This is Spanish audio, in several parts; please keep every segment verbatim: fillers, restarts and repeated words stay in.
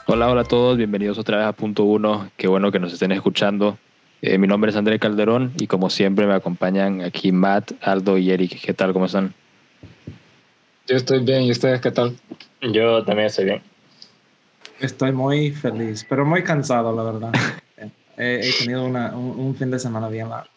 Hola, hola a todos, bienvenidos otra vez a Punto Uno. Qué bueno que nos estén escuchando. Eh, mi nombre es André Calderón y como siempre me acompañan aquí Matt, Aldo y Eric. ¿Qué tal? ¿Cómo están? Yo estoy bien, ¿y ustedes qué tal? Yo también estoy bien. Estoy muy feliz, pero muy cansado, la verdad. He, he tenido una, un, un fin de semana bien largo.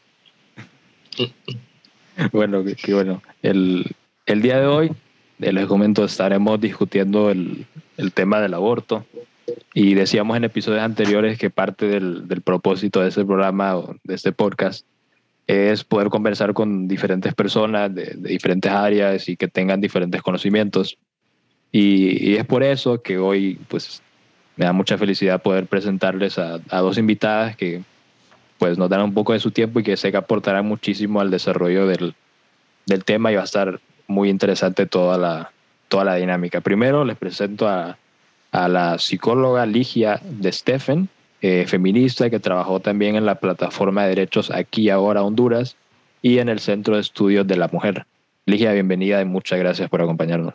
Bueno, qué, qué bueno. El, el día de hoy, eh, les comento, estaremos discutiendo el, el tema del aborto. Y decíamos en episodios anteriores que parte del, del propósito de este programa o de este podcast es poder conversar con diferentes personas de, de diferentes áreas y que tengan diferentes conocimientos. Y, y es por eso que hoy pues me da mucha felicidad poder presentarles a, a dos invitadas que pues nos dan un poco de su tiempo y que sé que aportarán muchísimo al desarrollo del, del tema y va a estar muy interesante toda la, toda la dinámica. Primero les presento a, a la psicóloga Ligia de Stephen, eh, feminista que trabajó también en la plataforma de derechos Aquí y Ahora Honduras y en el Centro de Estudios de la Mujer. Ligia, bienvenida y muchas gracias por acompañarnos.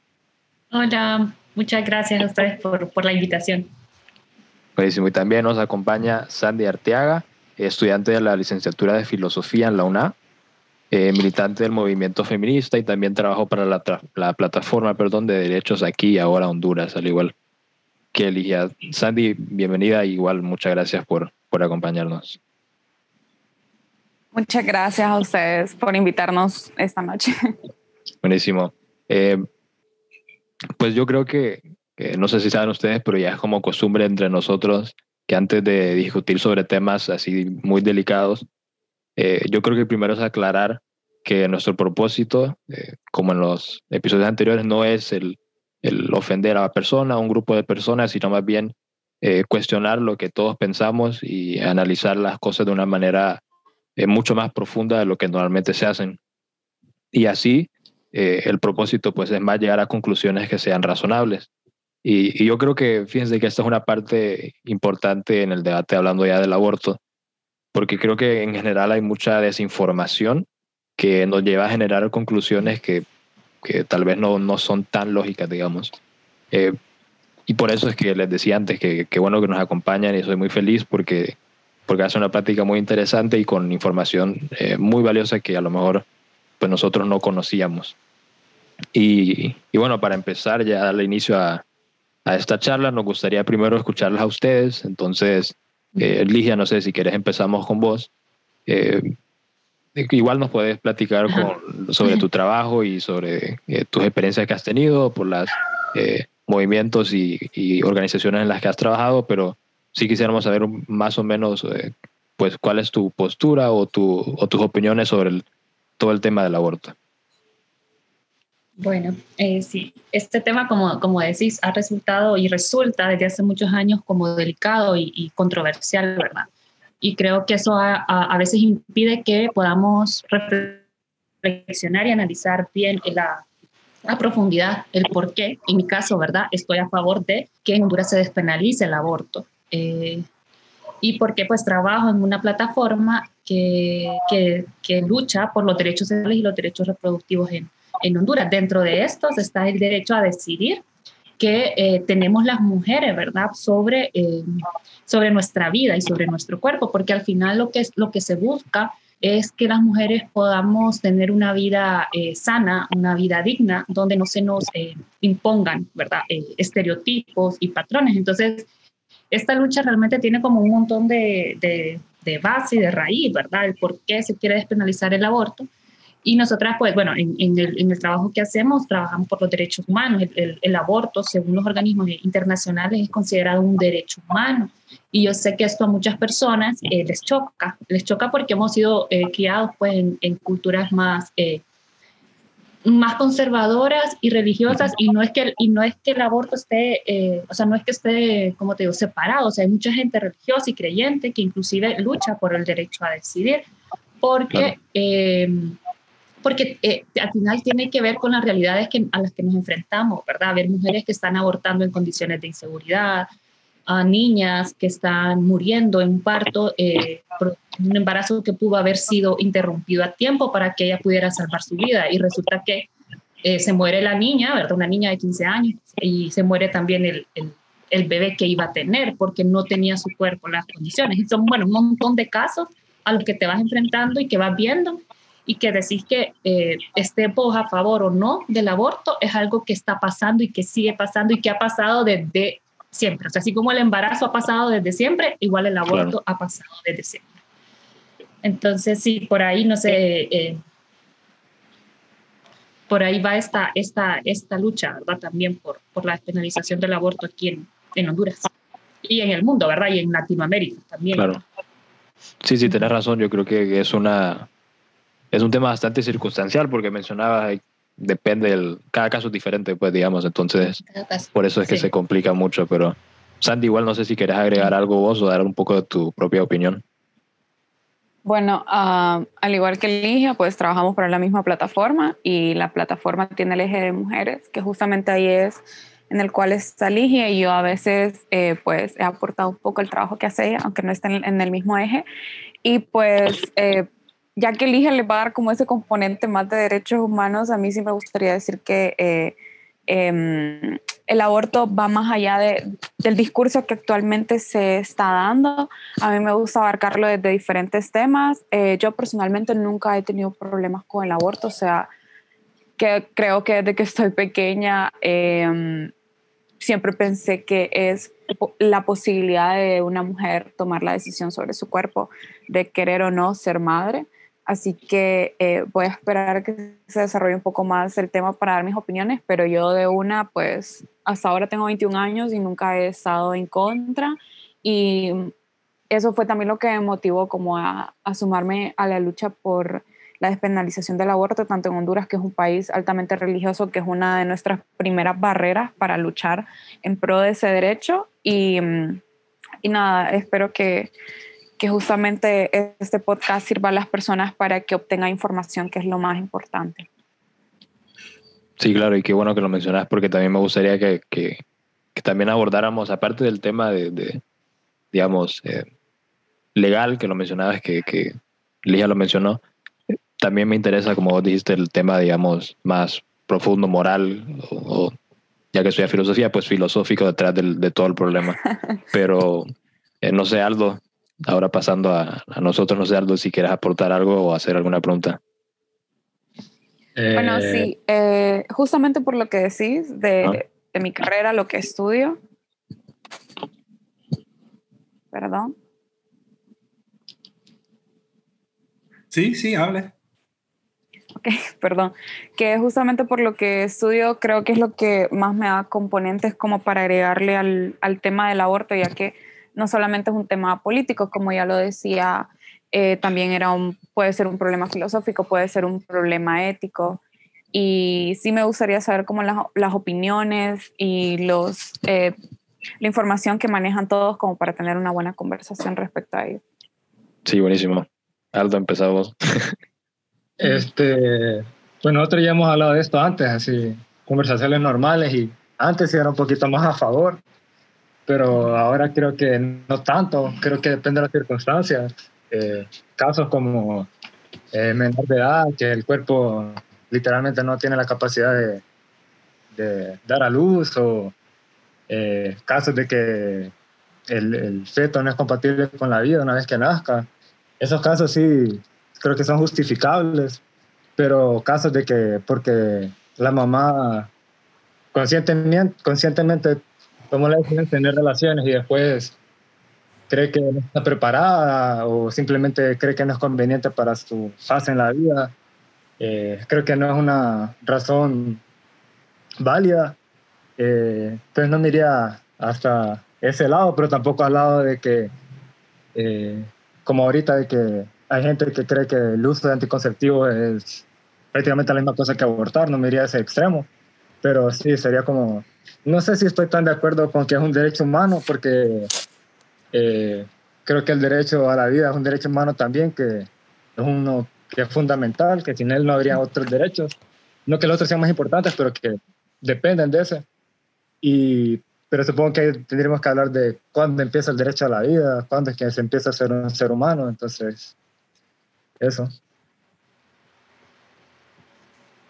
Hola, muchas gracias a ustedes por, por la invitación. Buenísimo. Y también nos acompaña Sandy Arteaga, estudiante de la licenciatura de Filosofía en la UNA, eh, militante del movimiento feminista y también trabajó para la, la plataforma perdón, de derechos Aquí y Ahora Honduras, al igual que Ligia. Sandy, bienvenida, igual muchas gracias por, por acompañarnos. Muchas gracias a ustedes por invitarnos esta noche. Buenísimo. Eh, pues yo creo que, que, no sé si saben ustedes, pero ya es como costumbre entre nosotros que antes de discutir sobre temas así muy delicados, eh, yo creo que primero es aclarar que nuestro propósito, eh, como en los episodios anteriores, no es el, el ofender a la persona, a un grupo de personas, sino más bien eh, cuestionar lo que todos pensamos y analizar las cosas de una manera eh, mucho más profunda de lo que normalmente se hacen. Y así eh, el propósito pues es más llegar a conclusiones que sean razonables. Y, y yo creo que, fíjense que esta es una parte importante en el debate hablando ya del aborto, porque creo que en general hay mucha desinformación que nos lleva a generar conclusiones que, que tal vez no, no son tan lógicas, digamos. Eh, y por eso es que les decía antes que, que bueno que nos acompañan y soy muy feliz porque, porque hace una práctica muy interesante y con información eh, muy valiosa que a lo mejor pues nosotros no conocíamos. Y, y bueno, para empezar ya a darle inicio a, a esta charla, nos gustaría primero escucharlas a ustedes. Entonces, eh, Ligia, no sé si quieres empezamos con vos. Eh, igual nos puedes platicar con, sobre tu trabajo y sobre eh, tus experiencias que has tenido por los eh, movimientos y, y organizaciones en las que has trabajado, pero sí quisiéramos saber más o menos eh, pues cuál es tu postura o, tu, o tus opiniones sobre el, todo el tema del aborto. Bueno, eh, sí, este tema, como, como decís, ha resultado y resulta desde hace muchos años como delicado y, y controversial, ¿verdad? Y creo que eso a, a, a veces impide que podamos reflexionar y analizar bien la, a profundidad el por qué. En mi caso, ¿verdad? Estoy a favor de que en Honduras se despenalice el aborto. Eh, y porque pues trabajo en una plataforma que, que, que lucha por los derechos sexuales y los derechos reproductivos en en Honduras. Dentro de estos está el derecho a decidir que eh, tenemos las mujeres, ¿verdad?, sobre, eh, sobre nuestra vida y sobre nuestro cuerpo, porque al final lo que, es, lo que se busca es que las mujeres podamos tener una vida eh, sana, una vida digna, donde no se nos eh, impongan, ¿verdad?, eh, estereotipos y patrones. Entonces, esta lucha realmente tiene como un montón de, de, de base y de raíz, ¿verdad?, el por qué se quiere despenalizar el aborto. Y nosotras, pues, bueno, en, en, el, en el trabajo que hacemos, trabajamos por los derechos humanos. El, el, el aborto, según los organismos internacionales, es considerado un derecho humano. Y yo sé que esto a muchas personas eh, les choca. Les choca porque hemos sido eh, criados, pues, en, en culturas más, eh, más conservadoras y religiosas. Y no es que, y no es que el aborto esté, eh, o sea, no es que esté, como te digo, separado. O sea, hay mucha gente religiosa y creyente que inclusive lucha por el derecho a decidir. Porque... Claro. Eh, porque eh, al final tiene que ver con las realidades que, a las que nos enfrentamos, ¿verdad? Ver mujeres que están abortando en condiciones de inseguridad, a niñas que están muriendo en un parto, eh, por un embarazo que pudo haber sido interrumpido a tiempo para que ella pudiera salvar su vida, y resulta que eh, se muere la niña, ¿verdad? Una niña de quince años, y se muere también el, el, el bebé que iba a tener, porque no tenía su cuerpo las condiciones. Y son, bueno, un montón de casos a los que te vas enfrentando y que vas viendo y que decís que eh, esté vos a favor o no del aborto, es algo que está pasando y que sigue pasando y que ha pasado desde siempre. O sea, así como el embarazo ha pasado desde siempre, igual el aborto claro. ha pasado desde siempre. Entonces, sí, por ahí, no sé, eh, por ahí va esta, esta, esta lucha, ¿verdad? También por, por la despenalización del aborto aquí en, en Honduras y en el mundo, ¿verdad? Y en Latinoamérica también. Claro. Sí, sí, tenés razón. Yo creo que es una es un tema bastante circunstancial porque mencionabas, depende, del, cada caso es diferente, pues, digamos. Entonces, caso, por eso es que sí. se complica mucho. Pero, Sandy, igual no sé si querés agregar algo vos o dar un poco de tu propia opinión. Bueno, uh, al igual que Ligia, pues trabajamos para la misma plataforma y la plataforma tiene el eje de mujeres, que justamente ahí es en el cual está Ligia y yo a veces eh, pues he aportado un poco el trabajo que hace ella, aunque no esté en, en el mismo eje. Y pues eh, ya que Ligia le va a dar como ese componente más de derechos humanos, a mí sí me gustaría decir que eh, eh, el aborto va más allá de, del discurso que actualmente se está dando. A mí me gusta abarcarlo desde diferentes temas. Eh, yo personalmente nunca he tenido problemas con el aborto, o sea, que creo que desde que estoy pequeña eh, siempre pensé que es la posibilidad de una mujer tomar la decisión sobre su cuerpo, de querer o no ser madre. Así que eh, voy a esperar que se desarrolle un poco más el tema para dar mis opiniones, pero yo de una, pues hasta ahora tengo veintiún años y nunca he estado en contra, y eso fue también lo que me motivó como a, a sumarme a la lucha por la despenalización del aborto, tanto en Honduras, que es un país altamente religioso, que es una de nuestras primeras barreras para luchar en pro de ese derecho. Y, y nada, espero que que justamente este podcast sirva a las personas para que obtengan información, que es lo más importante. Sí, claro, y qué bueno que lo mencionas, porque también me gustaría que, que, que también abordáramos, aparte del tema de, de digamos, eh, legal, que lo mencionabas, que, que Lía lo mencionó, también me interesa, como vos dijiste, el tema, digamos, más profundo, moral, o, o ya que estudia filosofía, pues filosófico detrás del, de todo el problema. Pero, eh, no sé, Aldo, ahora pasando a, a nosotros, no sé, Aldo, si quieres aportar algo o hacer alguna pregunta. Eh, bueno, sí, eh, justamente por lo que decís de, ¿ah? de mi carrera, lo que estudio. Perdón. Sí, sí, hable. Ok, perdón. Que justamente por lo que estudio, creo que es lo que más me da componentes como para agregarle al, al tema del aborto, ya que no solamente es un tema político, como ya lo decía, eh, también era un, puede ser un problema filosófico, puede ser un problema ético. Y sí me gustaría saber cómo las, las opiniones y los, eh, la información que manejan todos como para tener una buena conversación respecto a ello. Sí, buenísimo. Aldo, empezamos. Este, pues nosotros ya hemos hablado de esto antes, así, conversaciones normales, y antes sí era un poquito más a favor, pero ahora creo que no tanto, creo que depende de las circunstancias. Eh, casos como eh, menor de edad, que el cuerpo literalmente no tiene la capacidad de, de dar a luz, o eh, casos de que el, el feto no es compatible con la vida una vez que nazca. Esos casos sí creo que son justificables, pero casos de que porque la mamá conscientemente, conscientemente tomó la decisión de tener relaciones y después cree que no está preparada o simplemente cree que no es conveniente para su fase en la vida, eh, creo que no es una razón válida. Eh, entonces no me iría hasta ese lado, pero tampoco al lado de que, eh, como ahorita, de que hay gente que cree que el uso de anticonceptivos es prácticamente la misma cosa que abortar. No me iría a ese extremo, pero sí sería como, no sé si estoy tan de acuerdo con que es un derecho humano, porque eh, creo que el derecho a la vida es un derecho humano también, que es uno que es fundamental, que sin él no habría otros derechos, no que los otros sean más importantes, pero que dependen de ese. Y, pero supongo que tendríamos que hablar de cuándo empieza el derecho a la vida, cuándo es que se empieza a ser un ser humano. Entonces, eso.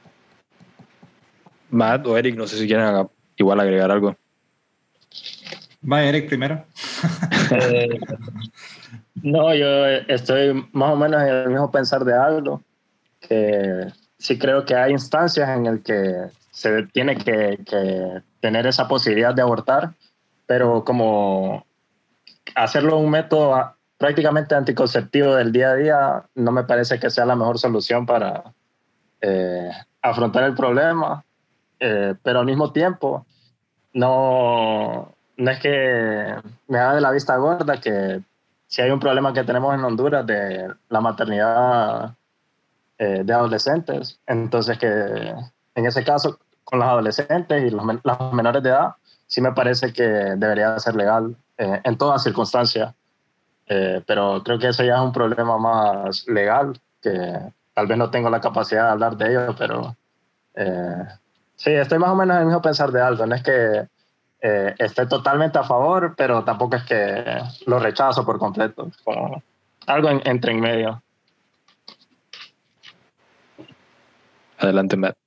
Matt o Eric, no sé si quieren igual agregar algo. Va, Eric, primero. Eh, no, yo estoy más o menos en el mismo pensar de algo, que sí creo que hay instancias en las que se tiene que, que tener esa posibilidad de abortar, pero como hacerlo un método a- prácticamente anticonceptivo del día a día no me parece que sea la mejor solución para eh, afrontar el problema, eh, pero al mismo tiempo no, no es que me haga de la vista gorda que si hay un problema que tenemos en Honduras de la maternidad eh, de adolescentes, entonces que en ese caso con los adolescentes y los, men- los menores de edad, sí me parece que debería ser legal eh, en todas circunstancias, eh, pero creo que eso ya es un problema más legal, que tal vez no tengo la capacidad de hablar de ello, pero eh, sí, estoy más o menos en el mismo pensar de algo, no es que eh, esté totalmente a favor, pero tampoco es que lo rechazo por completo, como algo en- entre en medio. Adelante, Matt.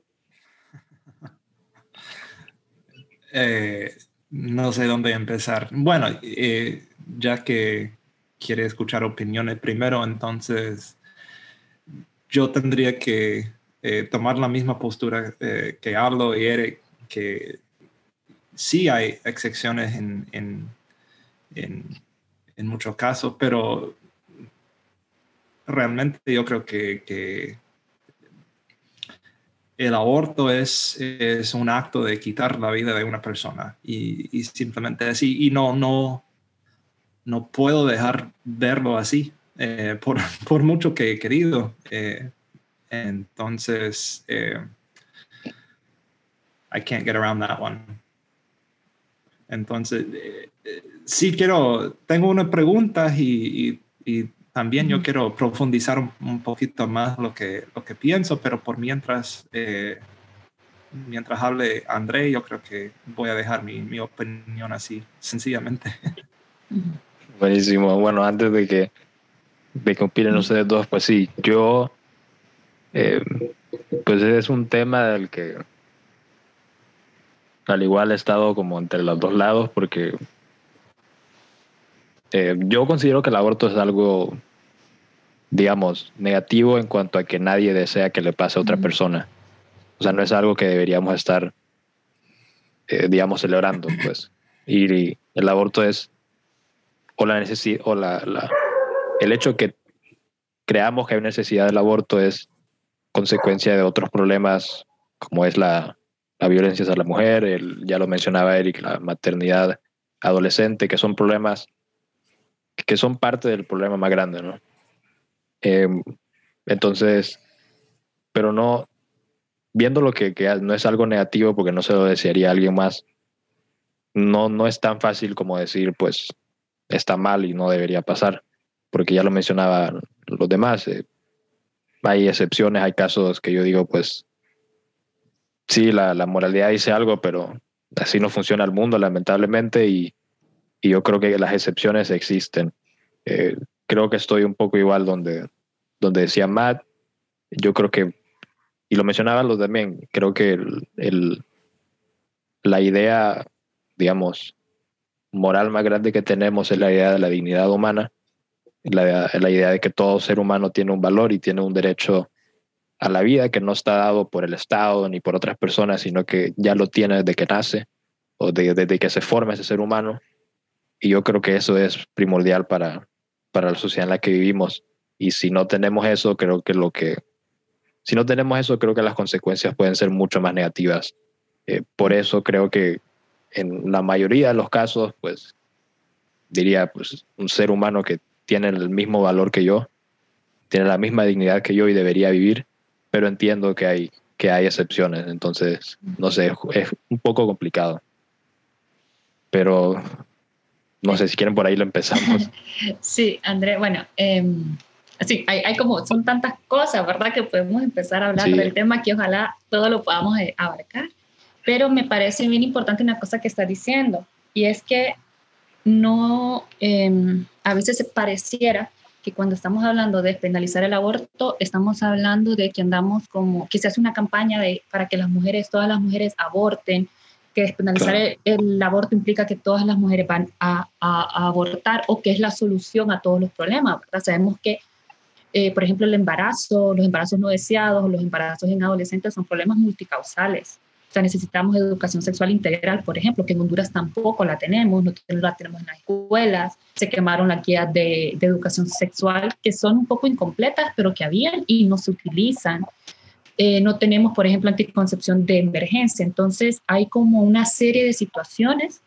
Eh, no sé dónde empezar. Bueno, eh, ya que quiere escuchar opiniones primero, entonces yo tendría que eh, tomar la misma postura eh, que hablo y Eric, que sí hay excepciones en, en, en, en muchos casos, pero realmente yo creo que, que el aborto es, es un acto de quitar la vida de una persona y, y simplemente así, y no, no, no puedo dejar verlo así, eh, por, por mucho que he querido. Eh, entonces, eh, I can't get around that one. Entonces, eh, eh, sí quiero, tengo unas preguntas y, y, y también yo quiero profundizar un, un, poquito más lo que, lo que pienso, pero por mientras, eh, mientras hable André, yo creo que voy a dejar mi, mi opinión así, sencillamente. Buenísimo. Bueno, antes de que, de que opinen ustedes dos, pues sí, yo, eh, pues es un tema del que al igual he estado como entre los dos lados, porque eh, yo considero que el aborto es algo, digamos, negativo en cuanto a que nadie desea que le pase a otra persona. O sea, no es algo que deberíamos estar, eh, digamos, celebrando, pues. Y, y el aborto es, o la necesidad, o la, la, el hecho que creamos que hay necesidad del aborto es consecuencia de otros problemas, como es la, la violencia hacia la mujer, el, ya lo mencionaba Eric, la maternidad adolescente, que son problemas que son parte del problema más grande, ¿no? Eh, entonces, pero no, viendo lo que, que no es algo negativo porque no se lo desearía a alguien más, no, no es tan fácil como decir, pues, está mal y no debería pasar, porque ya lo mencionaban los demás, eh, hay excepciones, hay casos que yo digo, pues, sí, la, la moralidad dice algo, pero así no funciona el mundo, lamentablemente, y, y yo creo que las excepciones existen. Eh, creo que estoy un poco igual donde, donde decía Matt, yo creo que, y lo mencionaban los también, creo que el, el, la idea, digamos, moral más grande que tenemos es la idea de la dignidad humana, la, la idea de que todo ser humano tiene un valor y tiene un derecho a la vida que no está dado por el Estado ni por otras personas, sino que ya lo tiene desde que nace o de, desde que se forma ese ser humano. Y yo creo que eso es primordial para, para la sociedad en la que vivimos. Y si no tenemos eso, creo que lo que... Si no tenemos eso, creo que las consecuencias pueden ser mucho más negativas. Eh, por eso creo que en la mayoría de los casos, pues diría, pues un ser humano que tiene el mismo valor que yo, tiene la misma dignidad que yo y debería vivir, pero entiendo que hay, que hay excepciones, entonces, no sé, es un poco complicado. Pero no sé si quieren por ahí lo empezamos. Sí, André, bueno, eh, sí, hay, hay como, son tantas cosas, ¿verdad? Que podemos empezar a hablar Sí. del tema que ojalá todo lo podamos eh, abarcar, pero me parece bien importante una cosa que estás diciendo, y es que no, eh, a veces pareciera que cuando estamos hablando de penalizar el aborto, estamos hablando de que andamos como, que se hace una campaña de, para que las mujeres, todas las mujeres aborten, que despenalizar Claro. el, el aborto implica que todas las mujeres van a, a, a abortar o que es la solución a todos los problemas, ¿verdad? Sabemos que, eh, por ejemplo, el embarazo, los embarazos no deseados, los embarazos en adolescentes son problemas multicausales. O sea, necesitamos educación sexual integral, por ejemplo, que en Honduras tampoco la tenemos, no la tenemos en las escuelas. Se quemaron las guías de, de educación sexual, que son un poco incompletas, pero que habían y no se utilizan. Eh, no tenemos, por ejemplo, anticoncepción de emergencia. Entonces, hay como una serie de situaciones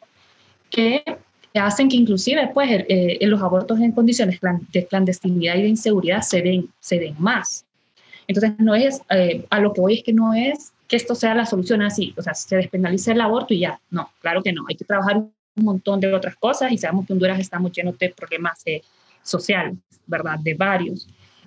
que hacen que inclusive pues, eh, los abortos en condiciones de clandestinidad y de inseguridad se den, se den más. Entonces, no es, eh, a lo que voy es que no es que esto sea la solución así, o sea, se despenaliza el aborto y ya. No, claro que no. Hay que trabajar un montón de otras cosas y sabemos que Honduras estamos llenos de problemas eh, sociales, ¿verdad? De varios.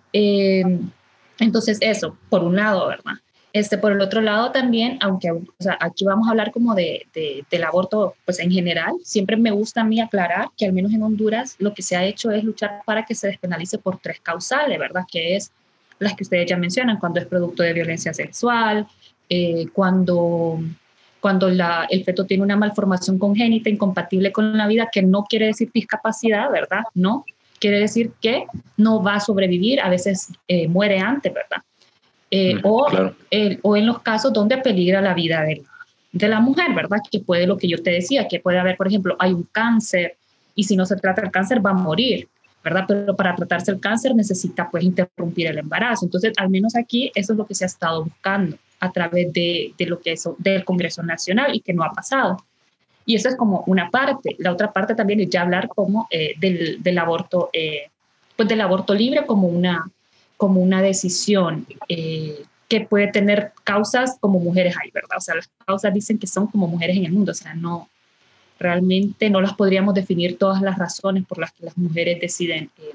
Eh, entonces, eso, por un lado, ¿verdad? Este, por el otro lado también, aunque o sea, aquí vamos a hablar como de, de, del aborto pues en general, siempre me gusta a mí aclarar que al menos en Honduras lo que se ha hecho es luchar para que se despenalice por tres causales, ¿verdad? Que es las que ustedes ya mencionan, cuando es producto de violencia sexual, eh, cuando, cuando la, el feto tiene una malformación congénita incompatible con la vida, que no quiere decir discapacidad, ¿verdad? No, quiere decir que no va a sobrevivir, a veces eh, muere antes, ¿verdad? Eh, mm, o, claro. eh, o en los casos donde peligra la vida de, de la mujer, ¿verdad? Que puede, lo que yo te decía, que puede haber, por ejemplo, hay un cáncer y si no se trata el cáncer va a morir, ¿verdad? Pero para tratarse el cáncer necesita pues interrumpir el embarazo. Entonces, al menos aquí eso es lo que se ha estado buscando a través de, de lo que es del Congreso Nacional y que no ha pasado. Y eso es como una parte. La otra parte también es ya hablar como eh, del, del aborto, eh, pues del aborto libre como una, como una decisión eh, que puede tener causas como mujeres hay, ¿verdad? O sea, las causas dicen que son como mujeres en el mundo, o sea, no, realmente no las podríamos definir todas las razones por las que las mujeres deciden eh,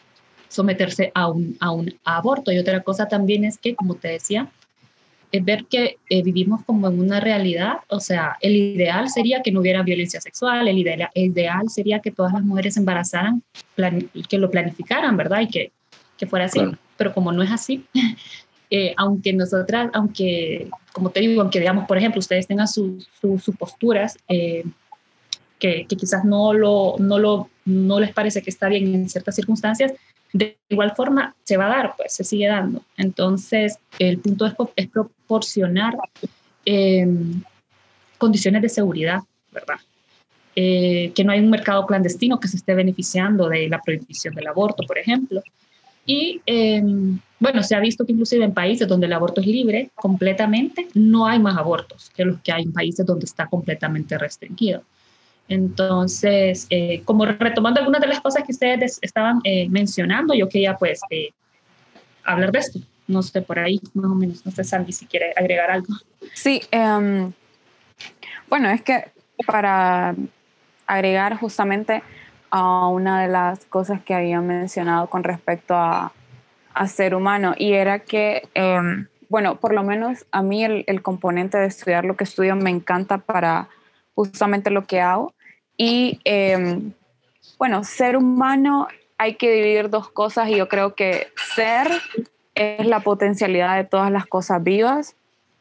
someterse a un, a un aborto. Y otra cosa también es que, como te decía, es ver que eh, vivimos como en una realidad, o sea, el ideal sería que no hubiera violencia sexual, el ideal, el ideal sería que todas las mujeres se embarazaran, plan, que lo planificaran, ¿verdad? Y que, que fuera así, claro. Pero como no es así, eh, aunque nosotras, aunque, como te digo, aunque digamos, por ejemplo, ustedes tengan sus su, su posturas, eh, que, que quizás no, lo, no, lo, no les parece que está bien en ciertas circunstancias, de igual forma se va a dar, pues se sigue dando. Entonces, el punto es, es proporcionar eh, condiciones de seguridad, ¿verdad? Eh, que no hay un mercado clandestino que se esté beneficiando de la prohibición del aborto, por ejemplo. Y, eh, bueno, se ha visto que inclusive en países donde el aborto es libre completamente, no hay más abortos que los que hay en países donde está completamente restringido. Entonces, eh, como retomando algunas de las cosas que ustedes estaban eh, mencionando, yo quería pues eh, hablar de esto. No sé, por ahí más o menos. No sé, Sandy, si quiere agregar algo. Sí, um, bueno, es que para agregar justamente a una de las cosas que había mencionado con respecto a, a ser humano, y era que, um, bueno, por lo menos a mí el, el componente de estudiar lo que estudio me encanta para justamente lo que hago. Y eh, bueno, ser humano hay que dividir dos cosas y yo creo que ser es la potencialidad de todas las cosas vivas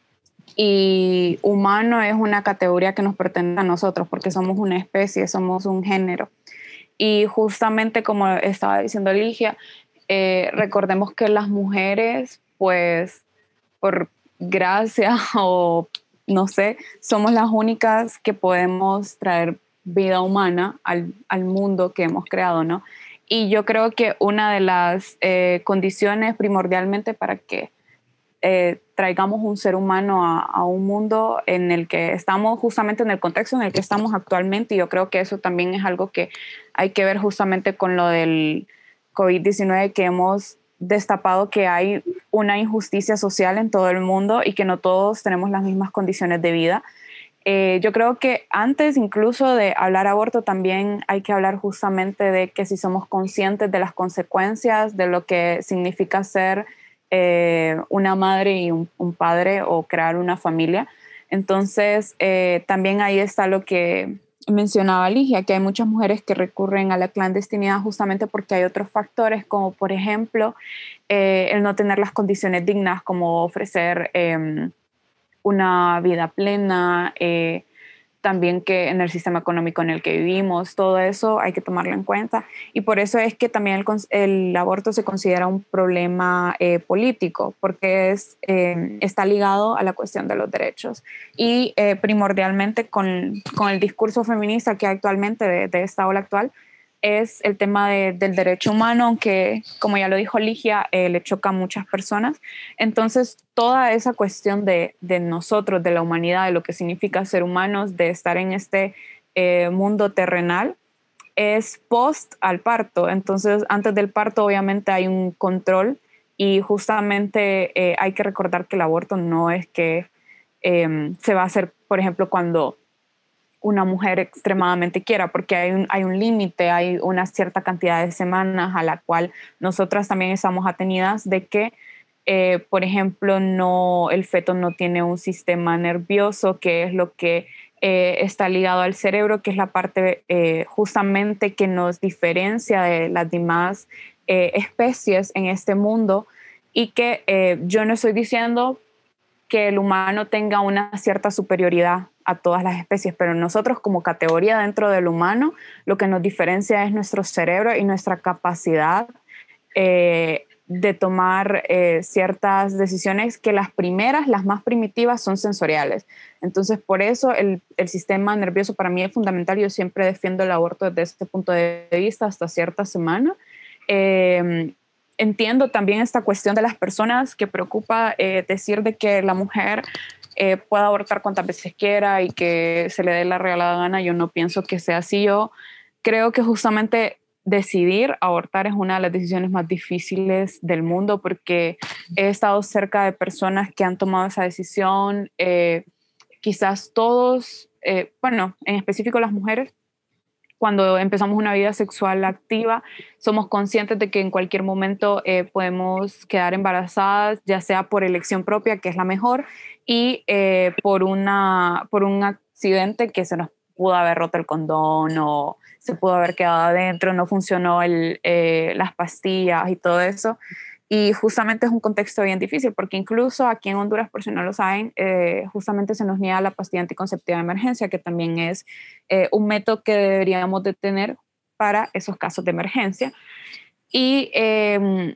y humano es una categoría que nos pertenece a nosotros porque somos una especie, somos un género. Y justamente como estaba diciendo Ligia, eh, recordemos que las mujeres, pues por gracia o no sé, somos las únicas que podemos traer vida humana al, al mundo que hemos creado, ¿no? Y yo creo que una de las eh, condiciones primordialmente para que eh, traigamos un ser humano a, a un mundo en el que estamos, justamente en el contexto en el que estamos actualmente, y yo creo que eso también es algo que hay que ver justamente con lo del COVID diecinueve, que hemos destapado que hay una injusticia social en todo el mundo y que no todos tenemos las mismas condiciones de vida. Eh, yo creo que antes incluso de hablar aborto también hay que hablar justamente de que si somos conscientes de las consecuencias de lo que significa ser eh, una madre y un, un padre o crear una familia. Entonces eh, también ahí está lo que mencionaba Ligia, que hay muchas mujeres que recurren a la clandestinidad justamente porque hay otros factores como por ejemplo eh, el no tener las condiciones dignas como ofrecer eh, una vida plena, eh, también que en el sistema económico en el que vivimos, todo eso hay que tomarlo en cuenta. Y por eso es que también el, el aborto se considera un problema eh, político, porque es, eh, está ligado a la cuestión de los derechos. Y eh, primordialmente con, con el discurso feminista que hay actualmente de, de esta ola actual, es el tema de, del derecho humano, aunque, como ya lo dijo Ligia, eh, le choca a muchas personas. Entonces, toda esa cuestión de, de nosotros, de la humanidad, de lo que significa ser humanos, de estar en este eh, mundo terrenal, es post al parto. Entonces, antes del parto, obviamente, hay un control y justamente eh, hay que recordar que el aborto no es que eh, se va a hacer, por ejemplo, cuando una mujer extremadamente quiera, porque hay un, hay un límite, hay una cierta cantidad de semanas a la cual nosotras también estamos atenidas de que, eh, por ejemplo, no, el feto no tiene un sistema nervioso, que es lo que eh, está ligado al cerebro, que es la parte eh, justamente que nos diferencia de las demás eh, especies en este mundo, y que eh, yo no estoy diciendo que el humano tenga una cierta superioridad a todas las especies, pero nosotros como categoría dentro del humano, lo que nos diferencia es nuestro cerebro y nuestra capacidad eh, de tomar eh, ciertas decisiones, que las primeras, las más primitivas, son sensoriales. Entonces, por eso el, el sistema nervioso para mí es fundamental. Yo siempre defiendo el aborto desde este punto de vista hasta cierta semana. Eh, Entiendo también esta cuestión de las personas que preocupa eh, decir de que la mujer eh, pueda abortar cuantas veces quiera y que se le dé la regalada gana. Yo no pienso que sea así. Yo creo que justamente decidir abortar es una de las decisiones más difíciles del mundo, porque he estado cerca de personas que han tomado esa decisión. Eh, quizás todos, eh, bueno, en específico las mujeres, cuando empezamos una vida sexual activa, somos conscientes de que en cualquier momento eh, podemos quedar embarazadas, ya sea por elección propia, que es la mejor, y eh, por, una, por un accidente que se nos pudo haber roto el condón o se pudo haber quedado adentro, no funcionó el, eh, las pastillas y todo eso. Y justamente es un contexto bien difícil, porque incluso aquí en Honduras, por si no lo saben, eh, justamente se nos niega la pastilla anticonceptiva de emergencia, que también es eh, un método que deberíamos de tener para esos casos de emergencia. Y eh,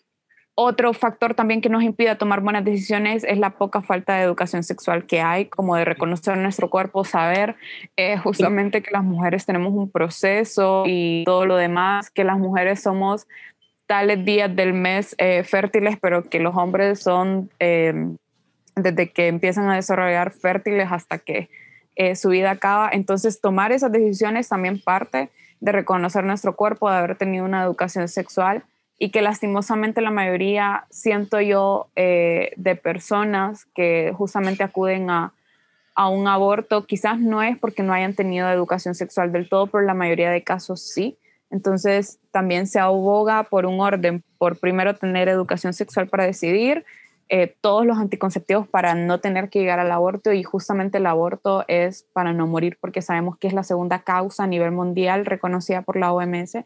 otro factor también que nos impide tomar buenas decisiones es la poca falta de educación sexual que hay, como de reconocer nuestro cuerpo, saber eh, justamente que las mujeres tenemos un proceso y todo lo demás, que las mujeres somos tales días del mes eh, fértiles, pero que los hombres son eh, desde que empiezan a desarrollar fértiles hasta que eh, su vida acaba. Entonces, tomar esas decisiones también parte de reconocer nuestro cuerpo, de haber tenido una educación sexual, y que lastimosamente la mayoría, siento yo, eh, de personas que justamente acuden a, a un aborto, quizás no es porque no hayan tenido educación sexual del todo, pero la mayoría de casos sí. Entonces, también se aboga por un orden, por primero tener educación sexual para decidir, eh, todos los anticonceptivos para no tener que llegar al aborto, y justamente el aborto es para no morir, porque sabemos que es la segunda causa a nivel mundial reconocida por la O M S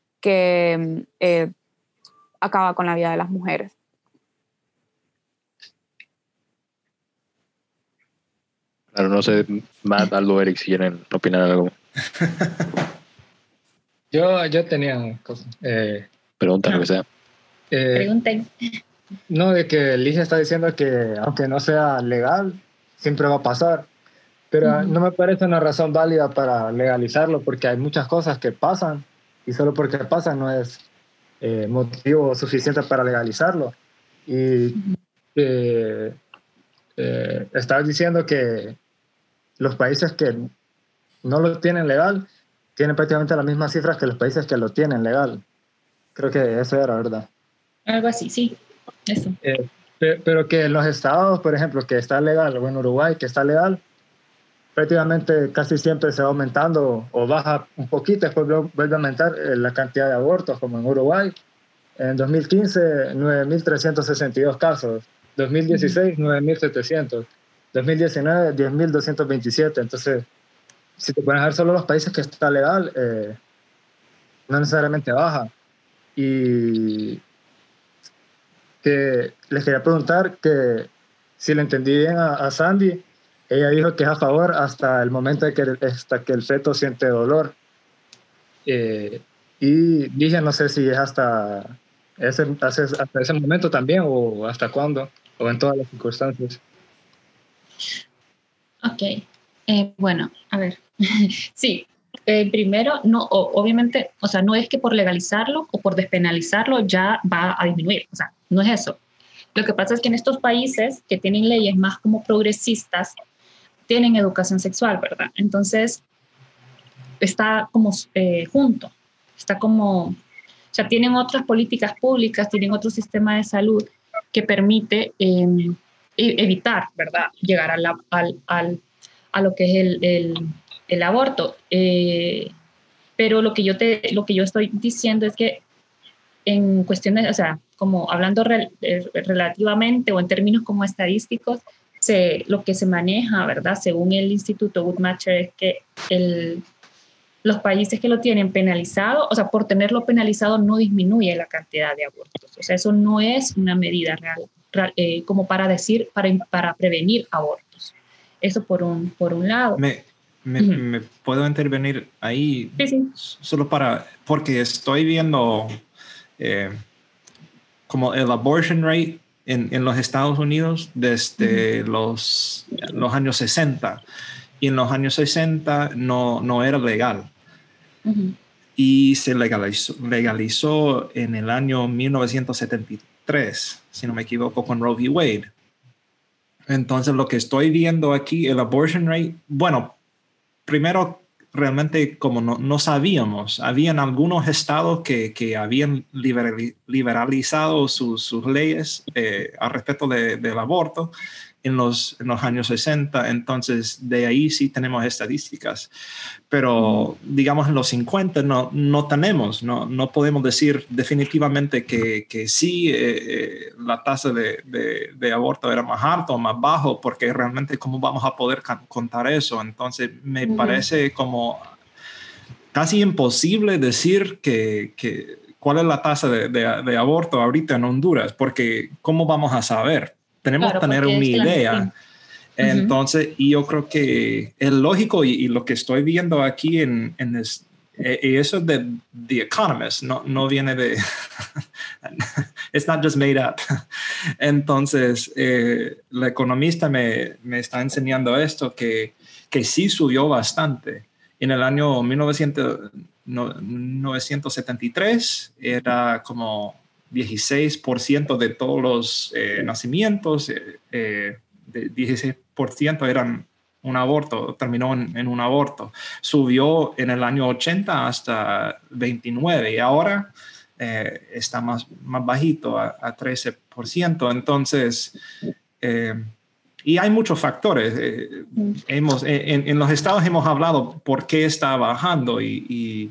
que eh, acaba con la vida de las mujeres. Claro, no sé, Matt, Aldo, Eric, si quieren opinar algo. Yo, yo tenía cosas. Eh, Pregunta, lo que sea. eh, Pregunten. no, de que Ligia está diciendo que aunque no sea legal, siempre va a pasar. Pero Ujú. no me parece una razón válida para legalizarlo, porque hay muchas cosas que pasan y solo porque pasan no es eh, motivo suficiente para legalizarlo. Y eh, eh, estabas diciendo que los países que no lo tienen legal tienen prácticamente las mismas cifras que los países que lo tienen legal. Creo que eso era verdad. Algo así, sí. Eso. Eh, pe- pero que en los estados, por ejemplo, que está legal, o en Uruguay, que está legal, prácticamente casi siempre se va aumentando o baja un poquito, después vu- vuelve a aumentar eh, la cantidad de abortos, como en Uruguay. En dos mil quince, nueve mil trescientos sesenta y dos casos. dos mil dieciséis, nueve mil setecientos. dos mil diecinueve, diez mil doscientos veintisiete. Entonces, si te pones a ver solo los países que está legal, eh, no necesariamente baja. Y que les quería preguntar que si le entendí bien a, a Sandy, ella dijo que es a favor hasta el momento de que, hasta que el feto siente dolor. Eh, y dije, no sé si es hasta ese, hasta ese momento también o hasta cuándo, o en todas las circunstancias. Ok, eh, bueno, a ver, sí, eh, primero, no, o, obviamente, o sea, no es que por legalizarlo o por despenalizarlo ya va a disminuir, o sea, no es eso. Lo que pasa es que en estos países que tienen leyes más como progresistas, tienen educación sexual, ¿verdad? Entonces, está como eh, junto, está como, o sea, tienen otras políticas públicas, tienen otro sistema de salud que permite eh, evitar, ¿verdad?, llegar a, la, al, al, a lo que es el, el, el aborto. Eh, pero lo que, yo te, lo que yo estoy diciendo es que en cuestiones, o sea, como hablando re, eh, relativamente o en términos como estadísticos, se, lo que se maneja, ¿verdad?, según el Instituto Guttmacher, es que el, los países que lo tienen penalizado, o sea, por tenerlo penalizado no disminuye la cantidad de abortos. O sea, eso no es una medida real, real eh, como para decir, para, para prevenir abortos. Eso por un, por un lado. Me, me, uh-huh. me puedo intervenir ahí sí, sí. solo para, porque estoy viendo eh, como el abortion rate en, en los Estados Unidos desde uh-huh. los, los años sesenta. Y en los años sesenta no, no era legal. Uh-huh. Y se legalizó, legalizó en el año mil novecientos setenta y tres, si no me equivoco, con Roe v. Wade. Entonces, lo que estoy viendo aquí, el abortion rate, bueno, primero, realmente como no, no sabíamos, habían algunos estados que, que habían liberalizado sus, sus leyes eh, al respecto de, del aborto en los, en los años sesenta, entonces de ahí sí tenemos estadísticas, pero digamos en los cincuenta no, no tenemos, no, no podemos decir definitivamente que, que sí eh, la tasa de, de, de aborto era más alta o más bajo, porque realmente cómo vamos a poder contar eso. Entonces me uh-huh. parece como casi imposible decir que, que cuál es la tasa de, de, de aborto ahorita en Honduras, porque ¿cómo vamos a saber? Tenemos que claro, tener una idea. Entonces, uh-huh. y yo creo que es lógico y, y lo que estoy viendo aquí en, en es, y eso es de The Economist, no, no viene de... It's not just made up. Entonces, eh, la economista me, me está enseñando esto, que, que sí subió bastante. En el año mil novecientos setenta y tres era como dieciséis por ciento de todos los eh, nacimientos, eh, eh, de dieciséis por ciento eran un aborto, terminó en, en un aborto. Subió en el año ochenta hasta veintinueve y ahora eh, está más, más bajito, a, a trece por ciento. Entonces, eh, y hay muchos factores. Eh, mm. hemos, en, en los estados hemos hablado por qué está bajando y, y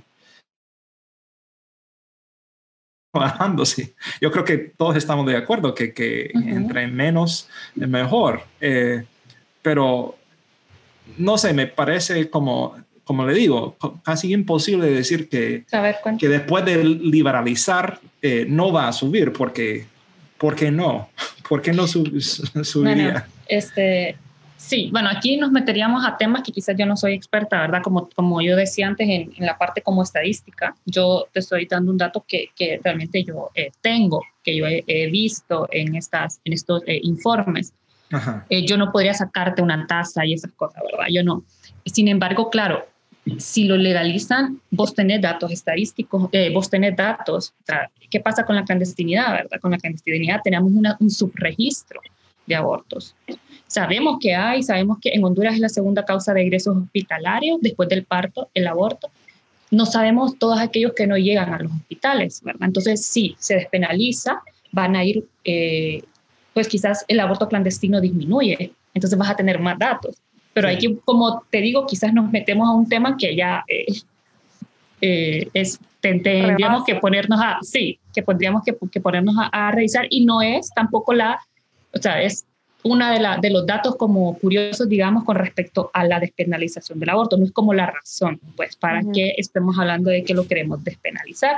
bajando, sí. Yo creo que todos estamos de acuerdo que, que uh-huh. entre menos es mejor. Eh, pero, no sé, me parece como, como le digo, casi imposible decir que, que después de liberalizar eh, no va a subir, porque, ¿por qué no? ¿Por qué no sub, subiría? Bueno, este... Sí, bueno, aquí nos meteríamos a temas que quizás yo no soy experta, ¿verdad? Como, como yo decía antes en, en la parte como estadística, yo te estoy dando un dato que, que realmente yo eh, tengo, que yo he, he visto en, estas, en estos eh, informes. Eh, yo no podría sacarte una tasa y esas cosas, ¿verdad? Yo no. Sin embargo, claro, si lo legalizan, vos tenés datos estadísticos, eh, vos tenés datos. O sea, ¿qué pasa con la clandestinidad, verdad? Con la clandestinidad tenemos una, un subregistro de abortos. Sabemos que hay, sabemos que en Honduras es la segunda causa de egresos hospitalarios después del parto, el aborto. No sabemos todos aquellos que no llegan a los hospitales, ¿verdad? Entonces, si se despenaliza, van a ir, eh, pues quizás el aborto clandestino disminuye, entonces vas a tener más datos. Pero sí. Hay que, como te digo, quizás nos metemos a un tema que ya eh, eh, es, tendríamos que ponernos a, sí, que tendríamos que, que ponernos a, a revisar y no es tampoco la, o sea, es una de, la, de los datos como curiosos, digamos, con respecto a la despenalización del aborto. No es como la razón, pues, para uh-huh. que estemos hablando de que lo queremos despenalizar.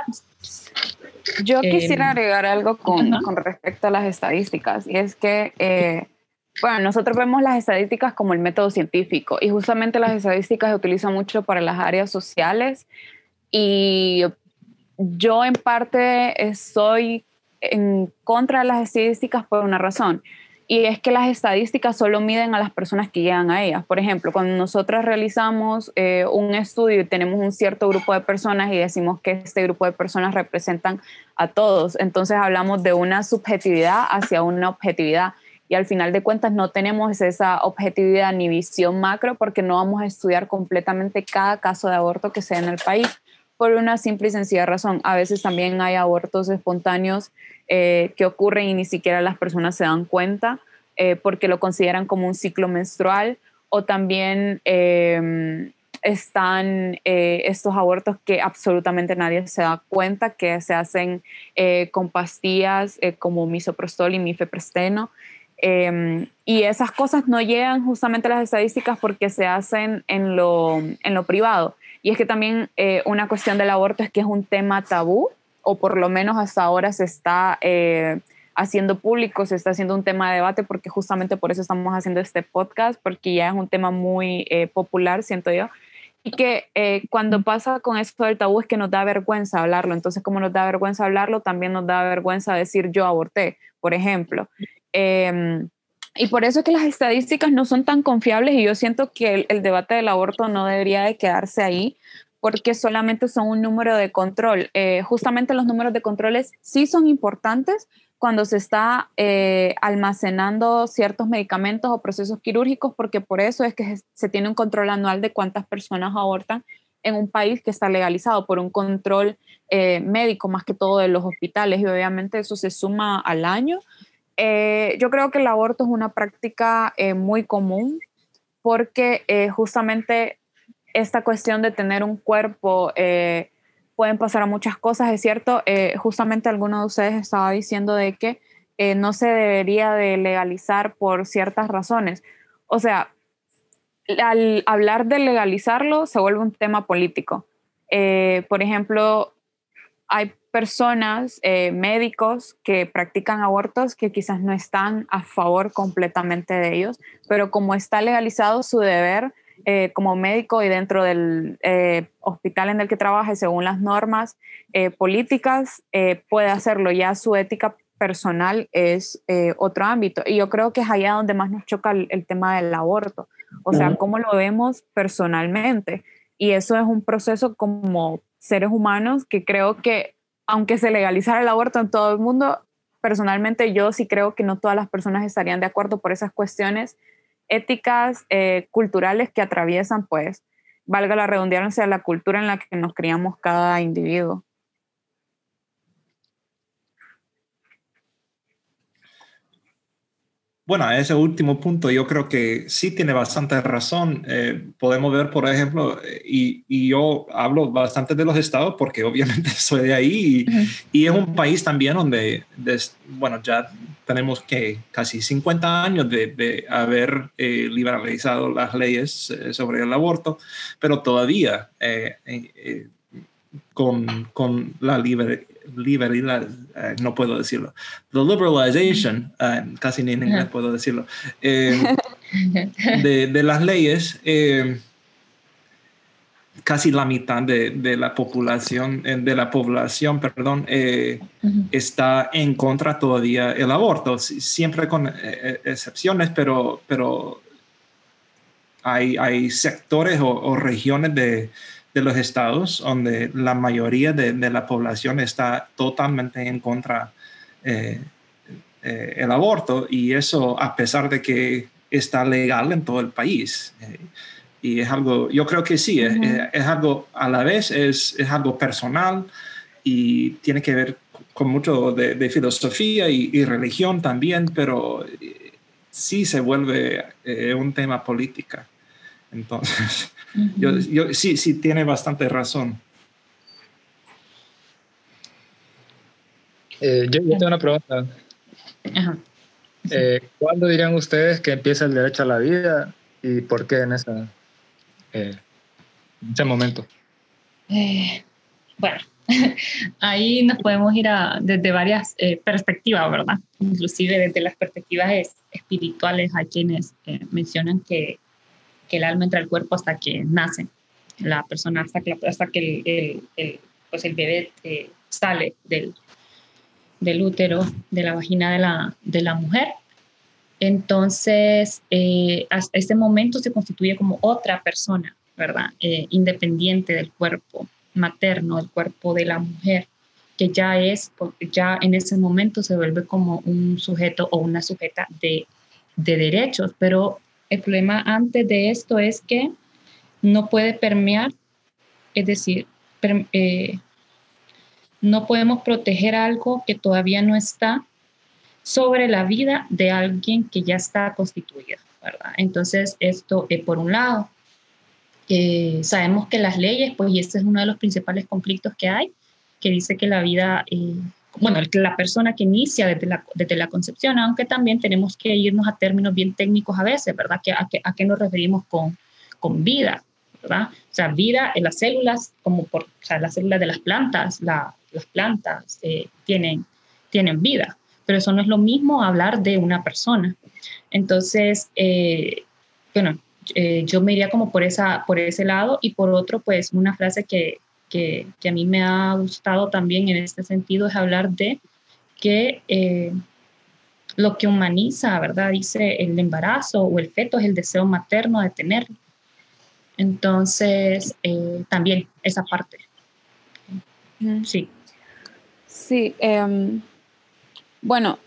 Yo eh, quisiera agregar algo con, uh-huh. con respecto a las estadísticas, y es que eh, Bueno, nosotros vemos las estadísticas como el método científico y justamente las estadísticas se utilizan mucho para las áreas sociales y yo en parte estoy en contra de las estadísticas por una razón y es que las estadísticas solo miden a las personas que llegan a ellas. Por ejemplo, cuando nosotros realizamos eh, un estudio y tenemos un cierto grupo de personas y decimos que este grupo de personas representan a todos, entonces hablamos de una subjetividad hacia una objetividad. Y al final de cuentas no tenemos esa objetividad ni visión macro porque no vamos a estudiar completamente cada caso de aborto que sea en el país por una simple y sencilla razón. A veces también hay abortos espontáneos eh, que ocurren y ni siquiera las personas se dan cuenta eh, porque lo consideran como un ciclo menstrual o también eh, están eh, estos abortos que absolutamente nadie se da cuenta que se hacen eh, con pastillas eh, como misoprostol y mifepristeno. Eh, y esas cosas no llegan justamente a las estadísticas porque se hacen en lo, en lo privado. Y es que también eh, una cuestión del aborto es que es un tema tabú, o por lo menos hasta ahora se está eh, haciendo público, se está haciendo un tema de debate, porque justamente por eso estamos haciendo este podcast, porque ya es un tema muy eh, popular, siento yo. Y que eh, cuando pasa con esto del tabú es que nos da vergüenza hablarlo. Entonces, como nos da vergüenza hablarlo, también nos da vergüenza decir yo aborté, por ejemplo. Eh, y por eso es que las estadísticas no son tan confiables y yo siento que el, el debate del aborto no debería de quedarse ahí porque solamente son un número de control. Eh, justamente los números de controles sí son importantes cuando se está eh, almacenando ciertos medicamentos o procesos quirúrgicos porque por eso es que se tiene un control anual de cuántas personas abortan en un país que está legalizado por un control eh, médico más que todo de los hospitales y obviamente eso se suma al año. Eh, yo creo que el aborto es una práctica eh, muy común porque eh, justamente esta cuestión de tener un cuerpo eh, pueden pasar a muchas cosas, es cierto. Eh, justamente alguno de ustedes estaba diciendo de que eh, no se debería de legalizar por ciertas razones. O sea, al hablar de legalizarlo se vuelve un tema político. Eh, por ejemplo, hay personas, eh, médicos que practican abortos que quizás no están a favor completamente de ellos, pero como está legalizado su deber eh, como médico y dentro del eh, hospital en el que trabaja, según las normas eh, políticas, eh, puede hacerlo. Ya su ética personal es eh, otro ámbito. Y yo creo que es allá donde más nos choca el, el tema del aborto. O sea, cómo lo vemos personalmente. Y eso es un proceso como seres humanos que creo que, aunque se legalizara el aborto en todo el mundo, personalmente yo sí creo que no todas las personas estarían de acuerdo por esas cuestiones éticas, eh, culturales que atraviesan, pues, valga la redundancia, la cultura en la que nos criamos cada individuo. Bueno, a ese último punto yo creo que sí tiene bastante razón. Eh, podemos ver, por ejemplo, y, y yo hablo bastante de los estados porque obviamente soy de ahí y, uh-huh. y es un país también donde, des, bueno, ya tenemos que casi cincuenta años de, de haber eh, liberalizado las leyes eh, sobre el aborto, pero todavía eh, eh, con, con la libertad. Liberal, uh, no puedo decirlo, the liberalization, uh, casi ni en inglés uh-huh. puedo decirlo, eh, de, de las leyes, eh, casi la mitad de, de la población, de la población, perdón, eh, uh-huh. está en contra todavía del aborto, siempre con eh, excepciones, pero, pero hay, hay sectores o, o regiones de de los estados donde la mayoría de, de la población está totalmente en contra eh, eh, el aborto y eso a pesar de que está legal en todo el país eh, y es algo, yo creo que sí, uh-huh. es, es algo a la vez, es, es algo personal y tiene que ver con mucho de, de filosofía y, y religión también, pero eh, sí se vuelve eh, un tema político. Entonces, uh-huh. yo, yo sí, sí tiene bastante razón. Eh, yo, yo tengo una pregunta. Uh-huh. Eh, ¿Cuándo dirían ustedes que empieza el derecho a la vida y por qué en, esa, eh, en ese momento? Eh, bueno, Ahí nos podemos ir a, desde varias eh, perspectivas, ¿verdad? Inclusive desde las perspectivas es, espirituales hay quienes eh, mencionan que, que el alma entra al cuerpo hasta que nace la persona, hasta que, hasta que el, el, el, pues el bebé eh, sale del, del útero, de la vagina de la, de la mujer. Entonces, eh, hasta este momento se constituye como otra persona, ¿verdad? Eh, independiente del cuerpo materno, del cuerpo de la mujer, que ya es, ya en ese momento se vuelve como un sujeto o una sujeta de, de derechos. Pero el problema antes de esto es que no puede permear, es decir, per, eh, no podemos proteger algo que todavía no está sobre la vida de alguien que ya está constituida, ¿verdad? Entonces, esto eh, por un lado, eh, sabemos que las leyes, pues, y este es uno de los principales conflictos que hay, que dice que la vida, eh, bueno, la persona que inicia desde la, desde la concepción, aunque también tenemos que irnos a términos bien técnicos a veces, ¿verdad? ¿Que, a, que, ¿A qué nos referimos con, con vida? ¿Verdad? O sea, vida en las células, como por, o sea, las células de las plantas, la, las plantas eh, tienen, tienen vida. Pero eso no es lo mismo hablar de una persona. Entonces, eh, bueno, eh, yo me iría como por, esa, por ese lado, y por otro, pues una frase que, que, que a mí me ha gustado también en este sentido es hablar de que eh, lo que humaniza, ¿verdad? Dice el embarazo o el feto es el deseo materno de tenerlo. Entonces, eh, también esa parte. Mm. Sí. Sí, eh, bueno,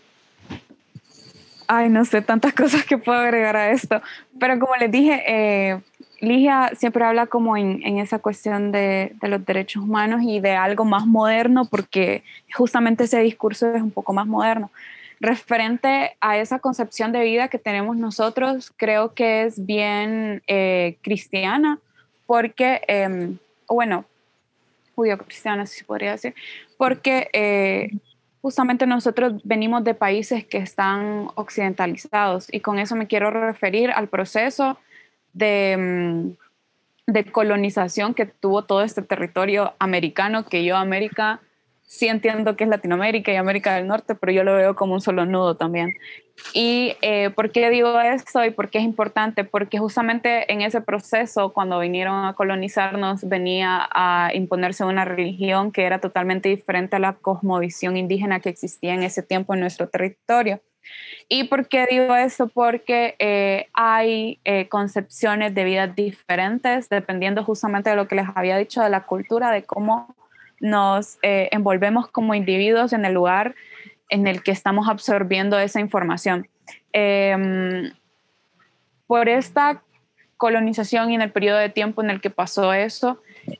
ay, no sé, tantas cosas que puedo agregar a esto, pero como les dije, eh, Ligia siempre habla como en, en esa cuestión de, de los derechos humanos y de algo más moderno, porque justamente ese discurso es un poco más moderno. Referente a esa concepción de vida que tenemos nosotros, creo que es bien eh, cristiana, porque, eh, bueno, judío-cristiana, si se podría decir, porque eh, justamente nosotros venimos de países que están occidentalizados, y con eso me quiero referir al proceso de, de colonización que tuvo todo este territorio americano, que yo América sí entiendo que es Latinoamérica y América del Norte, pero yo lo veo como un solo nudo también. ¿Y eh, por qué digo esto y por qué es importante? Porque justamente en ese proceso, cuando vinieron a colonizarnos, venía a imponerse una religión que era totalmente diferente a la cosmovisión indígena que existía en ese tiempo en nuestro territorio. ¿Y por qué digo eso? Porque eh, hay eh, concepciones de vida diferentes, dependiendo justamente de lo que les había dicho, de la cultura, de cómo nos eh, envolvemos como individuos en el lugar en el que estamos absorbiendo esa información. Eh, por esta colonización y en el periodo de tiempo en el que pasó eso,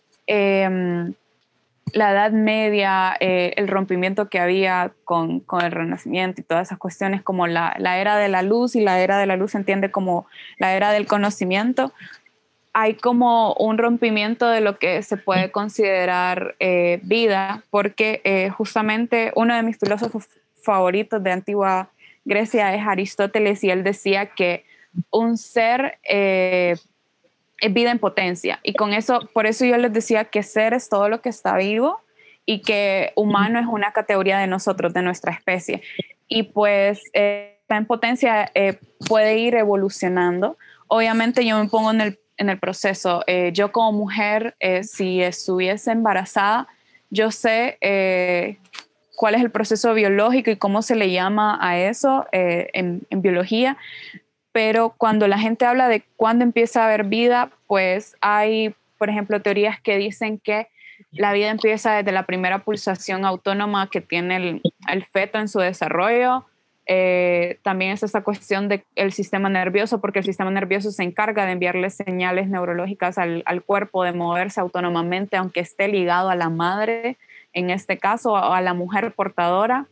eh, la Edad Media, eh, el rompimiento que había con, con el Renacimiento y todas esas cuestiones, como la, la era de la luz, y la era de la luz se entiende como la era del conocimiento, hay como un rompimiento de lo que se puede considerar eh, vida, porque eh, justamente uno de mis filósofos favoritos de antigua Grecia es Aristóteles, y él decía que un ser eh, es vida en potencia, y con eso, por eso yo les decía que ser es todo lo que está vivo, y que humano es una categoría de nosotros, de nuestra especie, y pues eh, está en potencia, eh, puede ir evolucionando. Obviamente yo me pongo en el en el proceso. Eh, yo como mujer, eh, si estuviese embarazada, yo sé eh, cuál es el proceso biológico y cómo se le llama a eso eh, en, en biología, pero cuando la gente habla de cuándo empieza a haber vida, pues hay, por ejemplo, teorías que dicen que la vida empieza desde la primera pulsación autónoma que tiene el, el feto en su desarrollo. Eh, también es esa cuestión del sistema nervioso, porque el sistema nervioso se encarga de enviarle señales neurológicas al, al cuerpo de moverse autónomamente, aunque esté ligado a la madre, en este caso, a, a la mujer portadora.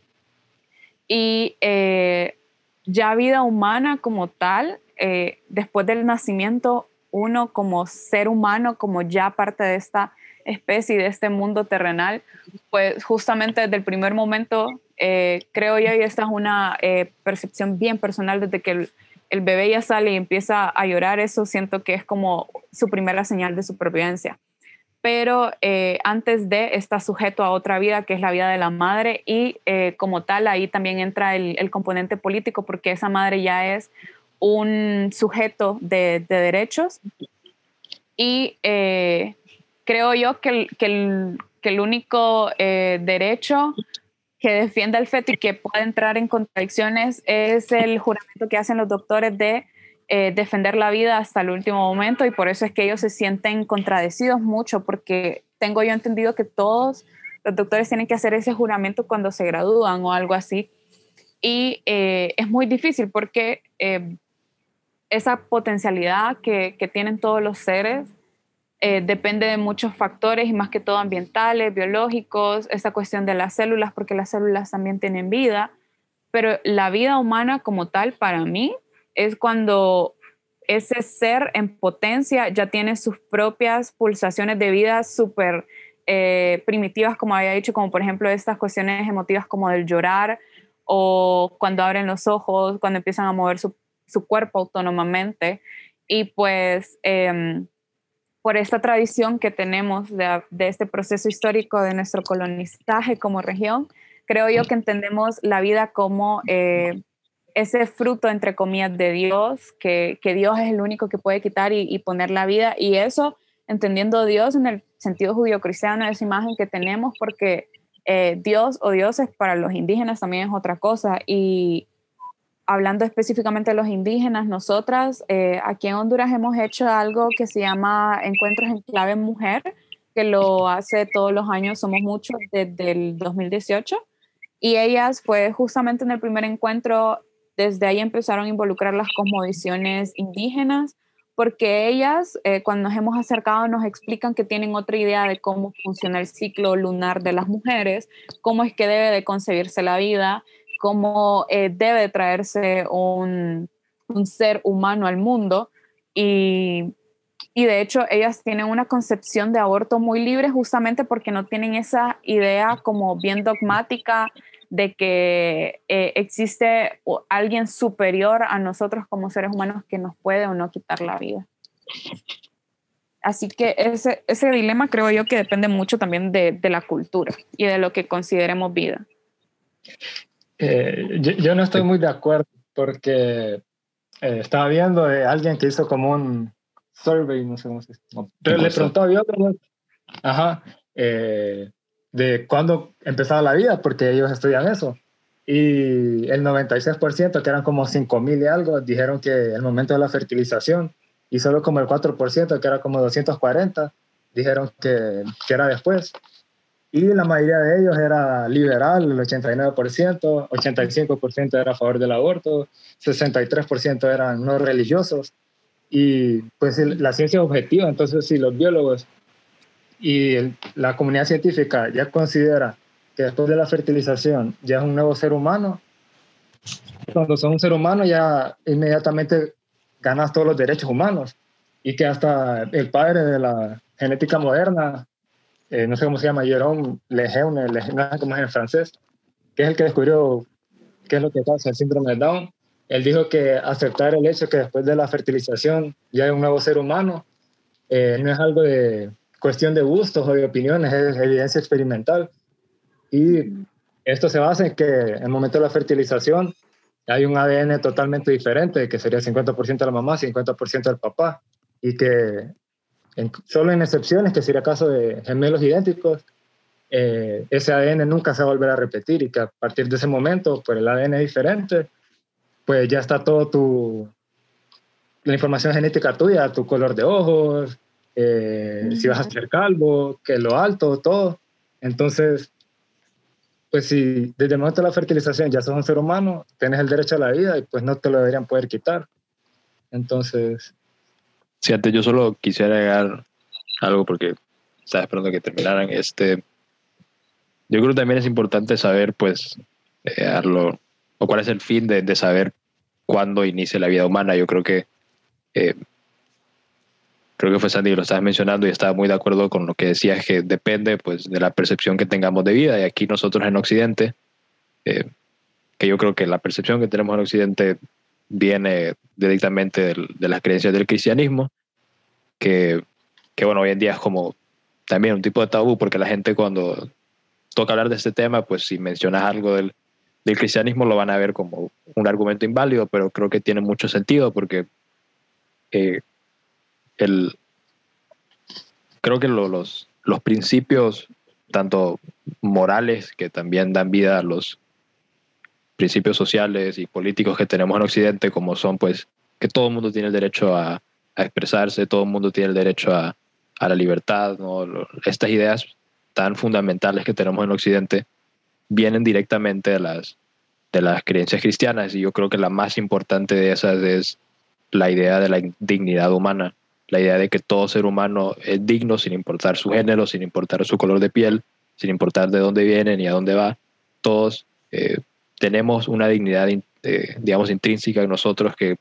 Y eh, ya vida humana como tal, eh, después del nacimiento, uno como ser humano, como ya parte de esta especie y de este mundo terrenal, pues justamente desde el primer momento, eh, creo yo, y esta es una eh, percepción bien personal, desde que el, el bebé ya sale y empieza a llorar, eso siento que es como su primera señal de supervivencia. pero eh, antes de está sujeto a otra vida, que es la vida de la madre, y eh, como tal ahí también entra el, el componente político, porque esa madre ya es un sujeto de, de derechos, y eh, creo yo que el, que el, que el único eh, derecho que defiende al feto y que puede entrar en contradicciones es el juramento que hacen los doctores de eh, defender la vida hasta el último momento, y por eso es que ellos se sienten contradecidos mucho, porque tengo yo entendido que todos los doctores tienen que hacer ese juramento cuando se gradúan o algo así, y eh, es muy difícil porque eh, esa potencialidad que, que tienen todos los seres Eh, depende de muchos factores, y más que todo ambientales, biológicos, esa cuestión de las células, porque las células también tienen vida, pero la vida humana como tal para mí es cuando ese ser en potencia ya tiene sus propias pulsaciones de vida súper eh, primitivas, como había dicho, como por ejemplo estas cuestiones emotivas como del llorar, o cuando abren los ojos, cuando empiezan a mover su, su cuerpo autónomamente, y pues... Eh, por esta tradición que tenemos de, de este proceso histórico de nuestro colonizaje como región, creo yo que entendemos la vida como eh, ese fruto, entre comillas, de Dios, que, que Dios es el único que puede quitar y, y poner la vida, y eso, entendiendo Dios en el sentido judío-cristiano, esa imagen que tenemos, porque eh, Dios o dioses para los indígenas también es otra cosa, y hablando específicamente de los indígenas, nosotras eh, aquí en Honduras hemos hecho algo que se llama Encuentros en Clave Mujer, que lo hace todos los años, somos muchos desde el dos mil dieciocho, y ellas pues justamente en el primer encuentro, desde ahí empezaron a involucrar las cosmovisiones indígenas, porque ellas eh, cuando nos hemos acercado nos explican que tienen otra idea de cómo funciona el ciclo lunar de las mujeres, cómo es que debe de concebirse la vida, cómo eh, debe traerse un, un ser humano al mundo, y, y de hecho ellas tienen una concepción de aborto muy libre justamente porque no tienen esa idea como bien dogmática de que eh, existe alguien superior a nosotros como seres humanos que nos puede o no quitar la vida. Así que ese, ese dilema creo yo que depende mucho también de, de la cultura y de lo que consideremos vida. Eh, yo, yo no estoy muy de acuerdo porque eh, estaba viendo de alguien que hizo como un survey, no sé cómo se dice, pero le preguntó a biólogos, ajá, eh, de cuándo empezaba la vida, porque ellos estudian eso, y el noventa y seis por ciento, que eran como cinco mil y algo, dijeron que el momento de la fertilización, y solo como el cuatro por ciento, que era como doscientos cuarenta, dijeron que, que era después. Y la mayoría de ellos era liberal, el ochenta y nueve por ciento, ochenta y cinco por ciento era a favor del aborto, sesenta y tres por ciento eran no religiosos. Y pues la ciencia es objetiva, entonces si los biólogos y el, la comunidad científica ya considera que después de la fertilización ya es un nuevo ser humano, cuando son un ser humano ya inmediatamente ganas todos los derechos humanos, y que hasta el padre de la genética moderna, Eh, no sé cómo se llama, Jérôme Lejeune, no sé cómo es en francés, que es el que descubrió qué es lo que causa el síndrome de Down. Él dijo que aceptar el hecho que después de la fertilización ya hay un nuevo ser humano eh, no es algo de cuestión de gustos o de opiniones, es evidencia experimental. Y esto se basa en que en el momento de la fertilización hay un A D N totalmente diferente, que sería cincuenta por ciento de la mamá, cincuenta por ciento del papá, y que En, solo en excepciones, que sería caso de gemelos idénticos, eh, ese A D N nunca se va a volver a repetir, y que a partir de ese momento, pues el A D N es diferente, pues ya está todo tu, la información genética tuya, tu color de ojos, eh, mm-hmm. si vas a ser calvo, que lo alto, todo. Entonces, pues si desde el momento de la fertilización ya sos un ser humano, tienes el derecho a la vida y pues no te lo deberían poder quitar. Entonces... Sí, antes yo solo quisiera agregar algo porque estaba esperando que terminaran. Este, yo creo que también es importante saber, pues, eh, lo, o cuál es el fin de, de saber cuándo inicia la vida humana. Yo creo que, eh, creo que fue Sandy que lo estabas mencionando y estaba muy de acuerdo con lo que decías, que depende, pues, de la percepción que tengamos de vida. Y aquí nosotros en Occidente, eh, que yo creo que la percepción que tenemos en Occidente viene directamente de, de las creencias del cristianismo, que, que bueno, hoy en día es como también un tipo de tabú, porque la gente cuando toca hablar de este tema, pues si mencionas algo del, del cristianismo lo van a ver como un argumento inválido, pero creo que tiene mucho sentido porque eh, el, creo que lo, los, los principios, tanto morales, que también dan vida a los principios sociales y políticos que tenemos en Occidente, como son pues que todo el mundo tiene el derecho a, a expresarse, todo el mundo tiene el derecho a, a la libertad, ¿no? Estas ideas tan fundamentales que tenemos en Occidente vienen directamente de las, de las creencias cristianas, y yo creo que la más importante de esas es la idea de la dignidad humana, la idea de que todo ser humano es digno sin importar su género, sin importar su color de piel, sin importar de dónde viene ni a dónde va. Todos eh, tenemos una dignidad, eh, digamos, intrínseca en nosotros que,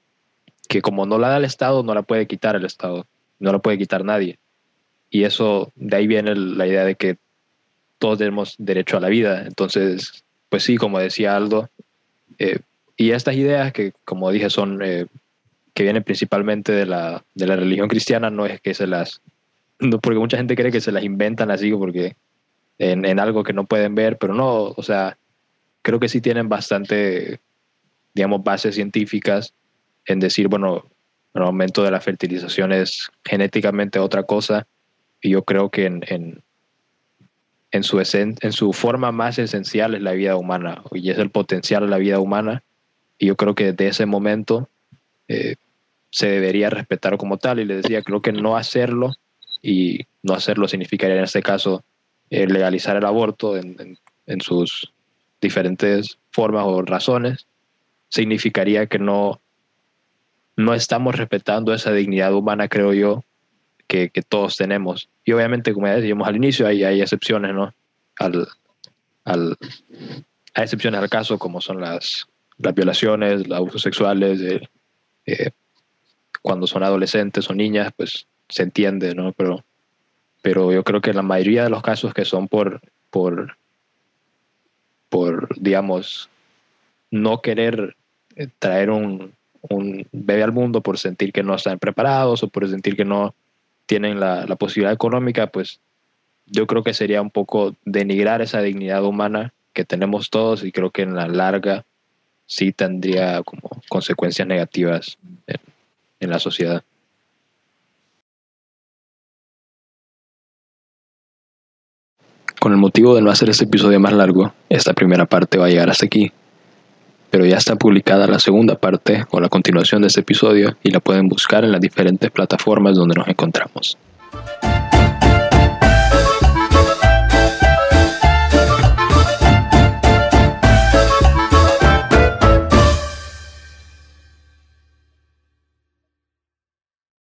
que como no la da el Estado, no la puede quitar el Estado, no la puede quitar nadie. Y eso, de ahí viene la idea de que todos tenemos derecho a la vida. Entonces, pues sí, como decía Aldo, eh, y estas ideas que, como dije, son eh, que vienen principalmente de la, de la religión cristiana, no es que se las, no, porque mucha gente cree que se las inventan así porque en, en algo que no pueden ver, pero no, o sea, creo que sí tienen bastante, digamos, bases científicas en decir, bueno, el aumento de la fertilización es genéticamente otra cosa, y yo creo que en, en, en, su esen, en su forma más esencial es la vida humana, y es el potencial de la vida humana, y yo creo que desde ese momento eh, se debería respetar como tal. Y les decía, creo que no hacerlo, y no hacerlo significaría en este caso eh, legalizar el aborto en, en, en sus diferentes formas o razones, significaría que no, no estamos respetando esa dignidad humana, creo yo, que, que todos tenemos. Y obviamente, como ya decíamos al inicio, hay, hay excepciones, ¿no? Al, al, hay excepciones al caso, como son las, las violaciones, los abusos sexuales, eh, eh, cuando son adolescentes o niñas, pues se entiende, ¿no? Pero, pero yo creo que en la mayoría de los casos que son por, por, por digamos, no querer traer un, un bebé al mundo por sentir que no están preparados o por sentir que no tienen la, la posibilidad económica, pues yo creo que sería un poco denigrar esa dignidad humana que tenemos todos, y creo que en la larga sí tendría como consecuencias negativas en, en la sociedad. Con el motivo de no hacer este episodio más largo, esta primera parte va a llegar hasta aquí. Pero ya está publicada la segunda parte o la continuación de este episodio, y la pueden buscar en las diferentes plataformas donde nos encontramos.